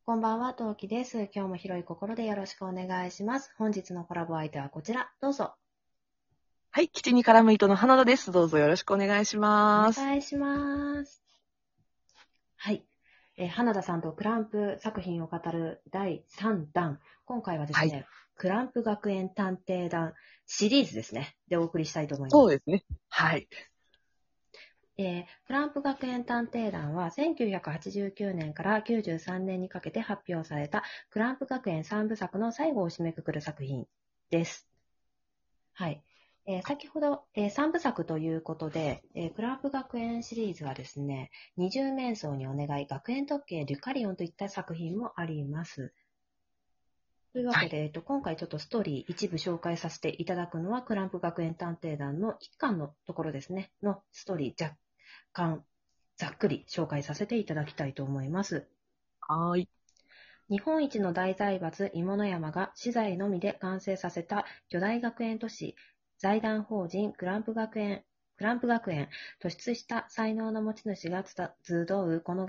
こんばんは、トウキです。今日も広い心でよろしくお願いします。本日のコラボ相手はこちら、どうぞ。 はい、基地に絡む糸の花田です。どうぞよろしくお願いしおます。 願いします。はい。花田さんとクランプ作品を語る第3弾。今回はですはい、 ね、クランプ学園探偵団シリーズですね。でお送りしたいと思います。 そうですね。はい。 クランプ学園探偵団は1989年から93年にかけて発表されたクランプ学園3部作の最後を締めくくる作品です。はい。先ほど、3部作ということで、クランプ学園シリーズはですね、二重面相にお願い、学園特権、デュカリオンといった作品もあります。というわはい。 けで、今回ちょっとストーリー一部紹介させていただくのは、クランプ学園探偵団の一巻のところですね、のストーリー若干ざっくり紹介させていただきたいと思います。 はーい。 日本一の大財閥芋の山が資材のみで完成させた巨大学園都市、財団法人クランプ学園突出した才能の持ち主が集うこの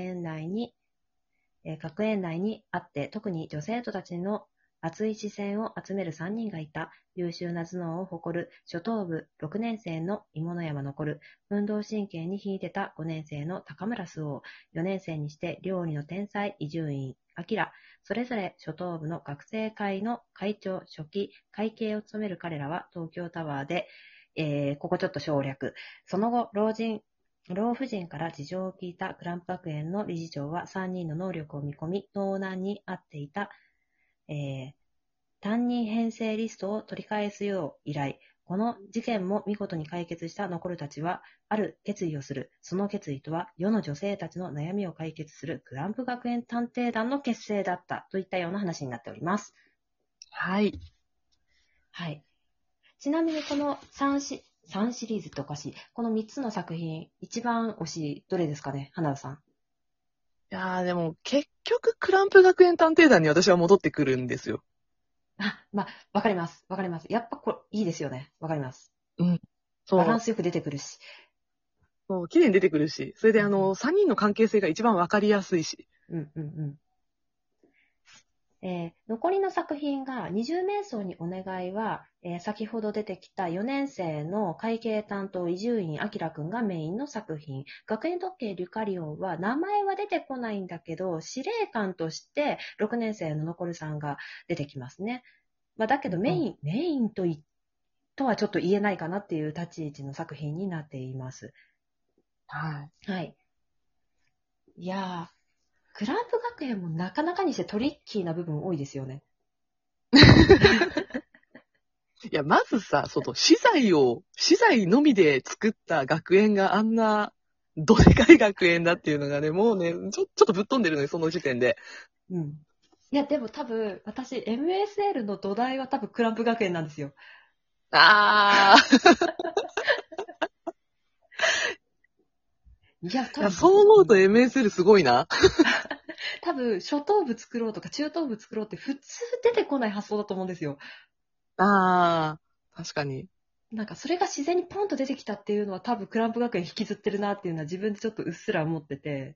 学園内にあって、特に女生徒たちの熱い視線を集める3人がいた。優秀な頭脳を誇る初等部6年生の芋の山残る。運動神経に秀でた5年生の高村周王。4年生にして料理の天才伊集院明。それぞれ初等部の学生会の会長、書記、会計を務める彼らは東京タワーで、ここちょっと省略。その後、老婦人から事情を聞いたクランプ学園の理事長は3人の能力を見込み、盗難に遭っていた、担任編成リストを取り返すよう依頼。この事件も見事に解決した残るたちは、ある決意をする。その決意とは、世の女性たちの悩みを解決するクランプ学園探偵団の結成だったといったような話になっております。 はい。 はい。ちなみにこの3シリーズっておかしい。この3つの作品、一番推し、どれですかね、花田さん。 いやーでも、結局、クランプ学園探偵団に私は戻ってくるんですよ。 まあ、わかります。わかります。やっぱこれ、いいですよね。わかります。 うん。そう。 バランスよく出てくるし。 そう、綺麗に出てくるし、それでうん、 3人の関係性が一番わかりやすいし。 うん、うん、うん。残りの作品が二重面相にお願いは、先ほど出てきた4年生の会計担当伊集院明くんがメインの作品。学園特計リュカリオンは名前は出てこないんだけど、司令官として6年生の残るさんが出てきますね。まあ、だけどうん。 メインとはちょっと言えないかなっていう立ち位置の作品になっています。 はい。 はい。いやー、クランプ学園もなかなかにしてトリッキーな部分多いですよね。 いや、まずさ、資材のみで作った学園があんな、どでかい学園だっていうのがね、もうね、ちょっとぶっ飛んでるのよ、その時点で。 うん。いや、でも多分、私、MSL の土台は多分クランプ学園なんですよ。 あー。 いや、 いや、 多分、 そう思うと MSL すごいな。 多分、初等部作ろうとか中等部作ろうって普通出てこない発想だと思うんですよ。 あー、確かに。 なんか、それが自然にポンと出てきたっていうのは多分クランプ学園引きずってるなっていうのは自分でちょっとうっすら思ってて。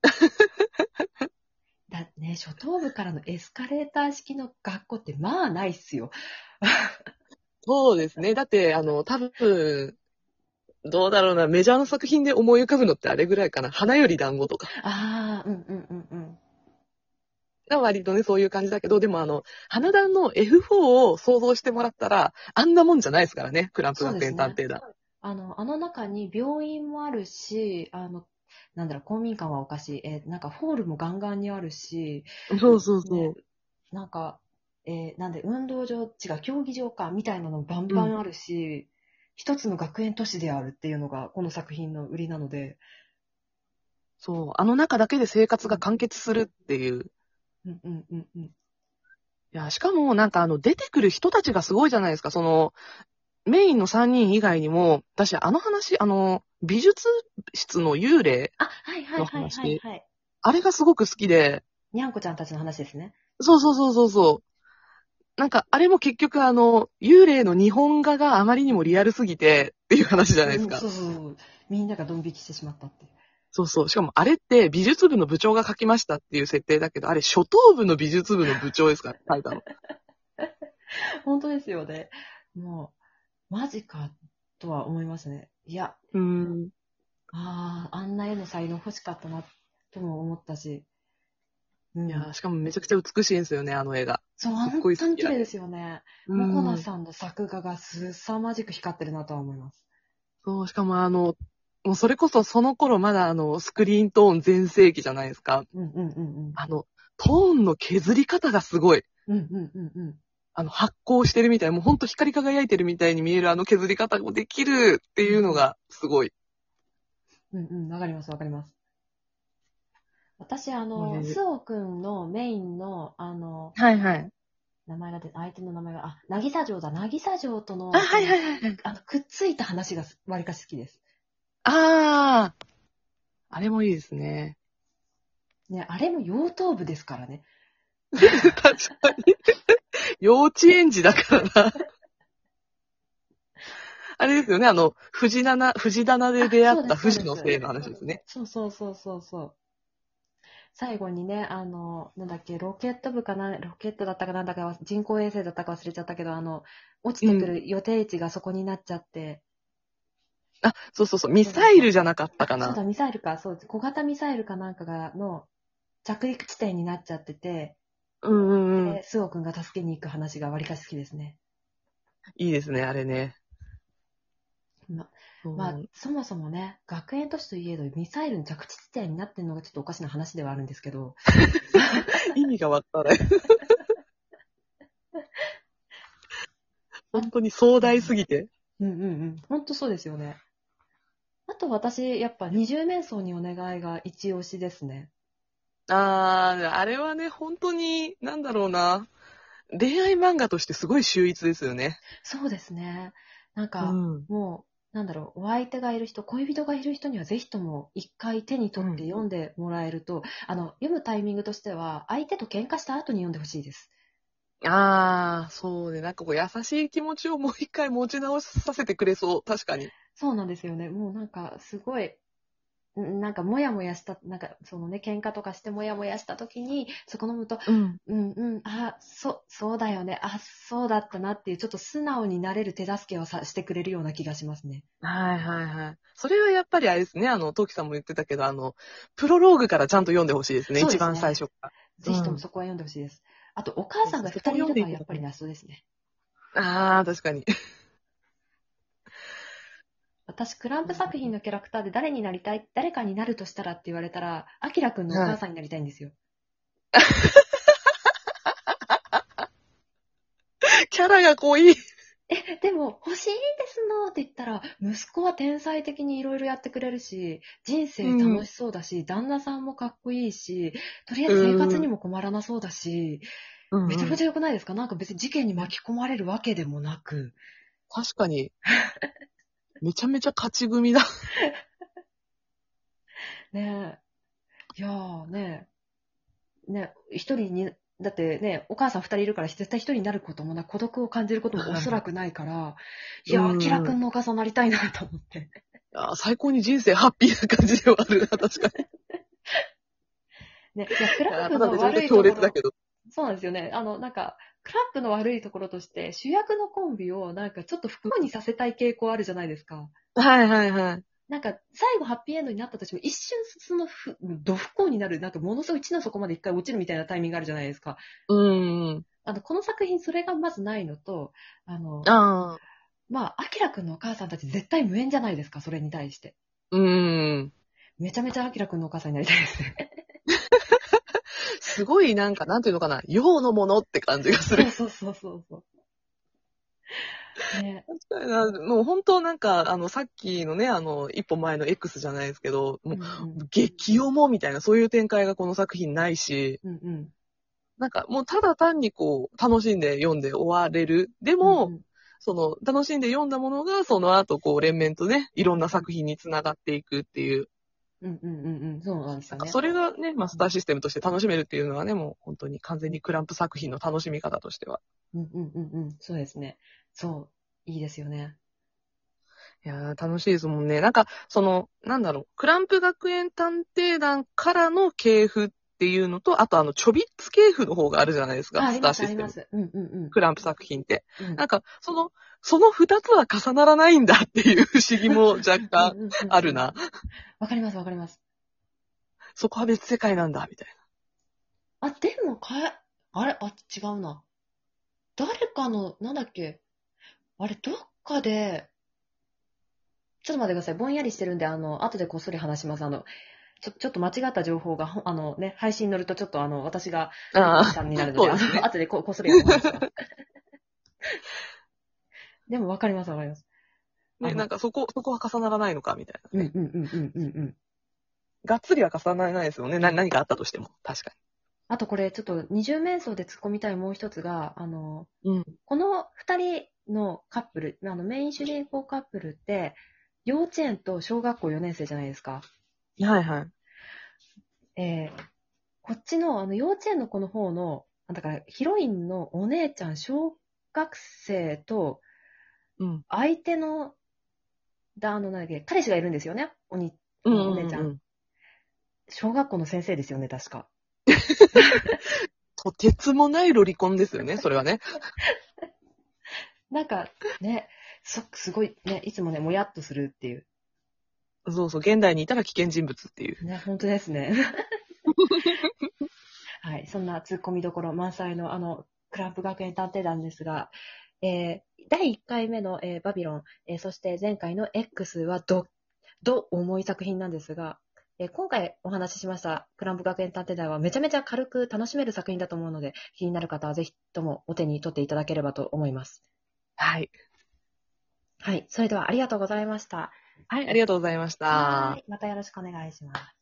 だってね、初等部からのエスカレーター式の学校ってまあないっすよ。 そうですね。だって、多分、どうだろうな、メジャーの作品で思い浮かぶのってあれぐらいかな。花より団子とか。 ああ、うんうんうんうん。 が割とね、そういう感じだけど、でも花団の F4 を想像してもらったら、あんなもんじゃないですからね、クランプ学そうですね。 園探偵団。 あの中に病院もあるし、なんだろう、公民館はおかしい。なんかホールもガンガンにあるし、 そうそうね、 そなんか、なんで運動場、違う、競技場か、みたいなのバンう。うん。 バンあるし、一つの学園都市であるっていうのが、この作品の売りなので、 そう。あの中だけで生活が完結するっていう。 うんうんうんうん。 いや、しかもなんか出てくる人たちがすごいじゃないですか。メインの3人以外にも、私あの話、美術室の幽霊あ、はいはいのはいはい話、 はい。 あれがすごく好きで、 にゃんこちゃんたちの話ですね。 そうそうそうそうそう。なんか、あれも結局幽霊の日本画があまりにもリアルすぎてっていう話じゃないですうん、 か。 そうそうそう。みんながドン引きしてしまったっていう。 そうそう。しかもあれって美術部の部長が書きましたっていう設定だけど、あれ初等部の美術部の部長ですから、書いたの。 本当ですよね。もう、マジか、とは思いますね。いや、あんな絵の才能欲しかったな、とも思ったし。 いやー、しかもめちゃくちゃ美しいんですよね、あの絵が。 そう、 すっ本ごい好きあれ。 当に綺麗ですよね。もこなさんの作画が凄まじく光ってるなとは思います。 そう、しかももうそれこそその頃まだスクリーントーン全盛期じゃないですか。 うんうんうんトーンの削り方がすごい。 うん。うんうんうんうん。 発光してるみたい、もうほんと光り輝いてるみたいに見える削り方もできるっていうのがすごい。 うんうん、わかりますわかります。私、 ね、 スオくんのメインの、 はいはい。 名前が出て、相手の名前が、なぎさ城だ。なぎさ城とあ、 の、 はいはいはいはい。 くっついた話がわりかし好きです。 あー、あれもいいですね。 ね、あれも妖刀部ですからね。 確かに。幼稚園児だからな。あれですよね、藤棚で出会っそうです、そうた藤です。 のせいの話ですね。 そうそうそうそうそう。最後にね、なんだっけ、ロケット部かな、ロケットだったかなんだか、人工衛星だったか忘れちゃったけど、落ちてくる予定地がそこになっちゃって、 あ、そうそうそう、ミそうそうそう。 サイルじゃなかったかな。 そうだ、ミサイルか、そう、小型ミサイルかなんかの着陸地点になっちゃってて、 うんうんうん。 で、スオ君が助けに行く話がわりかし好きですね。 いいですね、あれね。 ま、まあ、 そうそもそもね、学園都市といえど、ミサイルの着地地点になってるのがちょっとおかしな話ではあるんですけど、 意味がわからない。 あ、 本当に壮大すぎて。 うんうんうん、本当そうですよね。あと私、やっぱ二重面相にお願いが一押しですね。 あれはね、本当に、なんだろうな。恋愛漫画としてすごい秀逸ですよね。 そうですね。なんか、 うん。 もう、なんだろう、お相手がいる人、恋人がいる人にはぜひとも一回手に取って読んでもらえると、読むタイミングとしては、相手と喧嘩した後に読んでほしいです。 ああ、そうね。なんかこう優しい気持ちをもう一回持ち直させてくれそう。確かに。 そうなんですよね。もうなんか、すごい、なんか、もやもやした、なんか、そのね、喧嘩とかしてもやもやした時に、そこ飲むと、 うん。 うんうん、そうだよね、そうだったなっていう、ちょっと素直になれる手助けをしてくれるような気がしますね。 はいはいはい。それはやっぱりあれですね。トキさんも言ってたけど、プロローグからちゃんと読んでほしいですね。一番最そうですね。 初から。 ぜひとうん。 もそこは読んでほしいです。あと、お母さんがそこを読ん二人いるのはでいただかない。 やっぱりラストですね。 ああ、確かに。 私、クランプ作品のキャラクターで誰になりたい、誰かになるとしたらって言われたら、アキラくんのおはい。 母さんになりたいんですよ。 キャラが濃い。 でも、欲しいんですのって言ったら、息子は天才的にいろいろやってくれるし、人う生楽ん。 しそうだし、旦那さんもかっこいいし、とりあえうず生活にん。 も困らなそうだし、 うんうん。 めちゃめちゃ良くないですか？なんか別に事件に巻き込まれるわけでもなく。 確かに。めちゃめちゃ勝ち組だ。 ねえ。いやーねえ、一人に、だってね、お母さん二人いるから絶対一人になることもなく、孤独を感じることもおそらくないから、いうやー、アキラんうん。 くんのお母さんになりたいなと思って。 最高に人生ハッピーな感じではあるな、確かに。 ね、いや、クランプただめちゃめちゃの悪いところ、 強烈だけど。 そうなんですよね。なんか、クランプの悪いところとして、主役のコンビをなんかちょっと不幸にさせたい傾向あるじゃないですか。 はいはいはい。 なんか、最後ハッピーエンドになったとしても、一瞬そのど不幸になる、なんかものすごい地の底まで一回落ちるみたいなタイミングがあるじゃないですか。 うんうん。 この作品それがまずないのと、 ああ。 まあ、アキラくんのお母さんたち絶対無縁じゃないですか、それに対して。 うん。 めちゃめちゃアキラくんのお母さんになりたいですね。 すごいなんか、なんていうのかな、洋のものって感じがする。 そうそうそうそうそう。ね。 もう本当なんか、さっきのね、一歩前の X じゃないですけど、もうんうん。 う、激重みたいな、そういう展開がこの作品ないし、 うんうん。 なんかもうただ単にこう、楽しんで読んで終われる。でも、 うんうん。 楽しんで読んだものが、その後こう、連綿とね、いろんなうん作品につながっていくっていう、 うんうんうんうん。そうなんですなんかよね。 それがね、マスターシステムとして楽しめるっていうのはね、もう本当に完全にクランプ作品の楽しみ方としては。 うんうんうんうん。そうですね。そう。いいですよね。 いやー、楽しいですもんね。なんか、クランプ学園探偵団からの系譜っていうのと、あとチョビッツ系譜の方があるじゃないですか、 あ、あスります、あターシステム。 ります。うんうんクランプ作品って。 うん。うん。 なんか、その二つは重ならないんだっていう不思議も若うん干うんうんうん。 あるな。 わかります、わかります。 そこは別世界なんだ、みたいあ、でも、あれ、あ、違うな。誰かの、なんだっけ。あれ、どっかで、ちょっと待ってください。ぼんやりしてるんで、後でこっそり話します。ちょっと間違った情報が、配信に乗るとちょっと私が、 な。ああ、 さんになるので、 そうですね。 後でこっそりお話します。でも、わかります、わかります。あね、なの、 んかそこは重ならないのか、みたいなね。 うんうんうんうんうんうん。 がっつりは重ならないですよね。何かあったとしても。確かあとこれ、ちょっと二重面相で突っ込みたいもう一つが、 に。うん。 この二人のカップル、メイン主人公カップルって、幼稚園と小学校4年生じゃないですか。 はいはい。 こっちの、幼稚園の子の方の、だからヒロインのお姉ちゃん、小学生と、 うん。 相手の、なんだっけ、彼氏がいるんですよね。 うんお姉ちゃん。 うんうん。 小学校の先生ですよね、確か。 とてつもないロリコンですよね、それはね。 なんか、ね、すごい、ね、いつもね、もやっとするっていう。 そうそう、現代にいたら危険人物っていう。 ね、本当ですね。はい、そんな突っ込みどころ満載のクランプ学園探偵団ですが、第1回目の、バビロン、そして前回の X は重い作品なんですが、今回お話ししましたクランプ学園探偵団はめちゃめちゃ軽く楽しめる作品だと思うので、気になる方はぜひともお手に取っていただければと思います。 はい。 はい、それではありがとうございました。 はい、ありがとうございました。 はい、またよろしくお願いします。